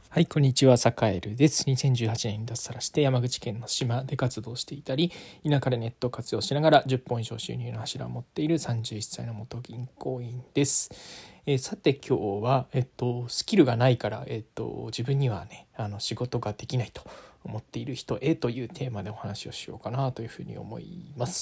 はい、こんにちは、サカエルです。2018年に脱サラして山口県の島で活動していたり、田舎でネットを活用しながら10本以上収入の柱を持っている31歳の元銀行員です。さて今日は、スキルがないから、自分にはね、仕事ができないと思っている人へというテーマでお話をしようかなというふうに思います。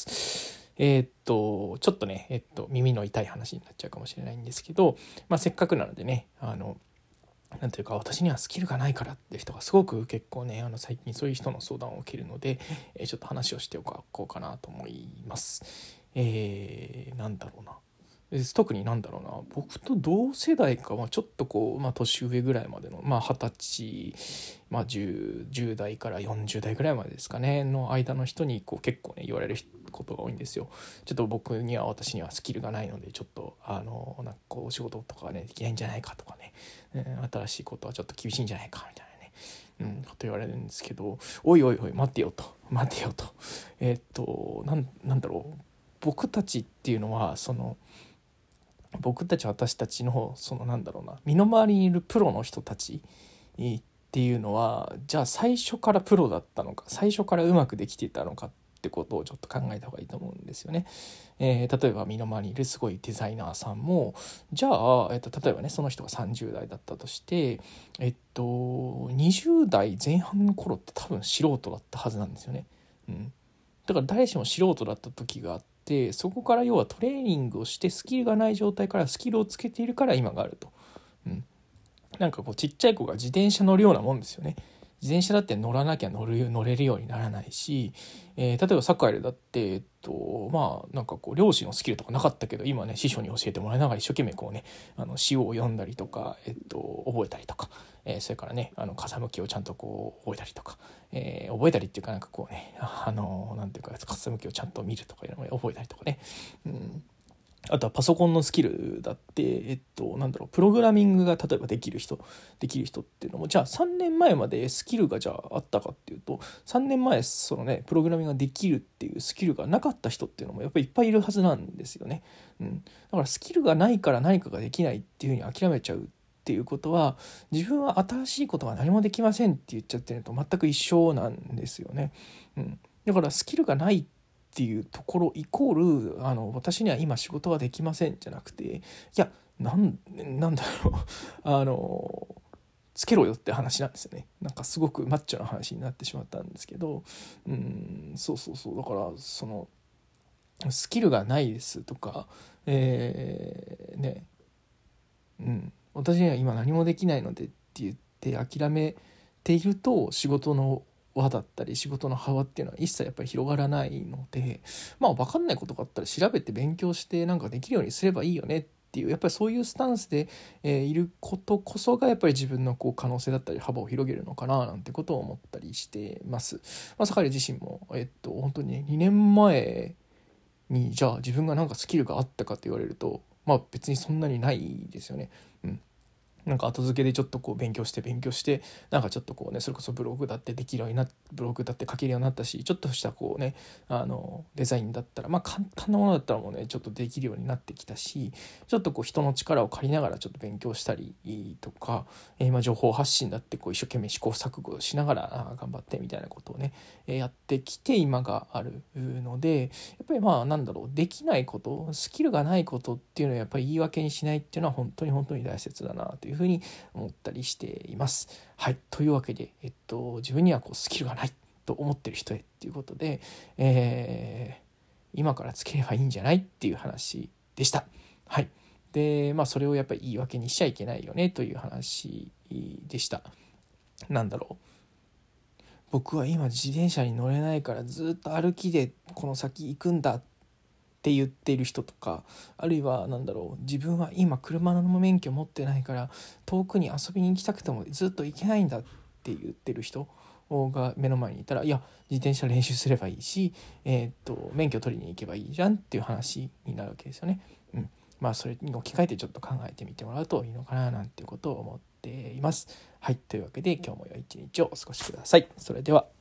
ちょっとね、耳の痛い話になっちゃうかもしれないんですけど、せっかくなのでね、なんていうか私にはスキルがないからって人がすごく結構ね最近そういう人の相談を受けるので、ちょっと話をしておこうかなと思います。なんだろうな特に僕と同世代か、ちょっと年上ぐらいまでの20歳、10代から40代ぐらいまでですかねの間の人に結構ね言われることが多いんですよ。ちょっと私にはスキルがないのでちょっとお仕事とかねできないんじゃないかとかね、新しいことはちょっと厳しいんじゃないかみたいなね、こと言われるんですけど、おい待てよとなんだろう僕たちっていうのは私たちの身の回りにいるプロの人たちっていうのはじゃあ最初からプロだったのか最初からうまくできていたのかってことをちょっと考えた方がいいと思うんですよね。例えば身の回りにいるすごいデザイナーさんもじゃあ、例えばねその人が30代だったとして20代前半の頃って多分素人だったはずなんですよね。だから誰しも素人だった時があってそこから要はトレーニングをしてスキルがない状態からスキルをつけているから今があると。ちっちゃい子が自転車乗るようなもんですよね。自転車だって乗らなきゃ乗れるようにならないし、例えばサッカーでだって漁師のスキルとかなかったけど今ね師匠に教えてもらいながら一生懸命詩を読んだりとか、覚えたりとか、それからね風向きをちゃんと覚えたりとか、覚えたりっていうかなんていうか風向きをちゃんと見るとかいうのを覚えたりとかね、あとはパソコンのスキルだって、プログラミングが例えばできる人っていうのもじゃあ3年前までスキルがじゃああったかっていうと3年前プログラミングができるっていうスキルがなかった人っていうのもやっぱりいっぱいいるはずなんですよね。だからスキルがないから何かができないっていうふうに諦めちゃうっていうことは自分は新しいことが何もできませんって言っちゃってるのと全く一緒なんですよね。だからスキルがないっていうところイコール私には今仕事はできませんじゃなくていやなんだろうつけろよって話なんですよね。すごくマッチョな話になってしまったんですけど、そうだからスキルがないですとか、私には今何もできないのでって言って諦めていると仕事の輪だったり仕事の幅っていうのは一切やっぱり広がらないので、分かんないことがあったら調べて勉強してできるようにすればいいよねっていうやっぱりそういうスタンスで、いることこそがやっぱり自分の可能性だったり幅を広げるのかななんてことを思ったりしてます。坂井自身も本当に2年前にじゃあ自分がスキルがあったかって言われると別にそんなにないですよね。後付けでちょっと勉強してちょっとそれこそブログだってできるようにブログだって書けるようになったしちょっとしたデザインだったら簡単なものだったらもうねちょっとできるようになってきたしちょっと人の力を借りながらちょっと勉強したりとか、情報発信だって一生懸命試行錯誤しながら頑張ってみたいなことをねやってきて今があるのでやっぱりできないことスキルがないことっていうのはやっぱり言い訳にしないっていうのは本当に大切だなというふうに思ったりしています。はい、というわけで、自分にはスキルがないと思ってる人へっていうことで、今からつければいいんじゃないっていう話でした。はい。で、それをやっぱり言い訳にしちゃいけないよねという話でした。僕は今自転車に乗れないからずっと歩きでこの先行くんだって言っている人とか、あるいは自分は今車の免許持ってないから遠くに遊びに行きたくてもずっと行けないんだって言ってる人が目の前にいたら、いや自転車練習すればいいし、免許取りに行けばいいじゃんっていう話になるわけですよね。それに置き換えてちょっと考えてみてもらうといいのかななんていうことを思っています。はい、というわけで今日も良い一日をお過ごしください。それでは。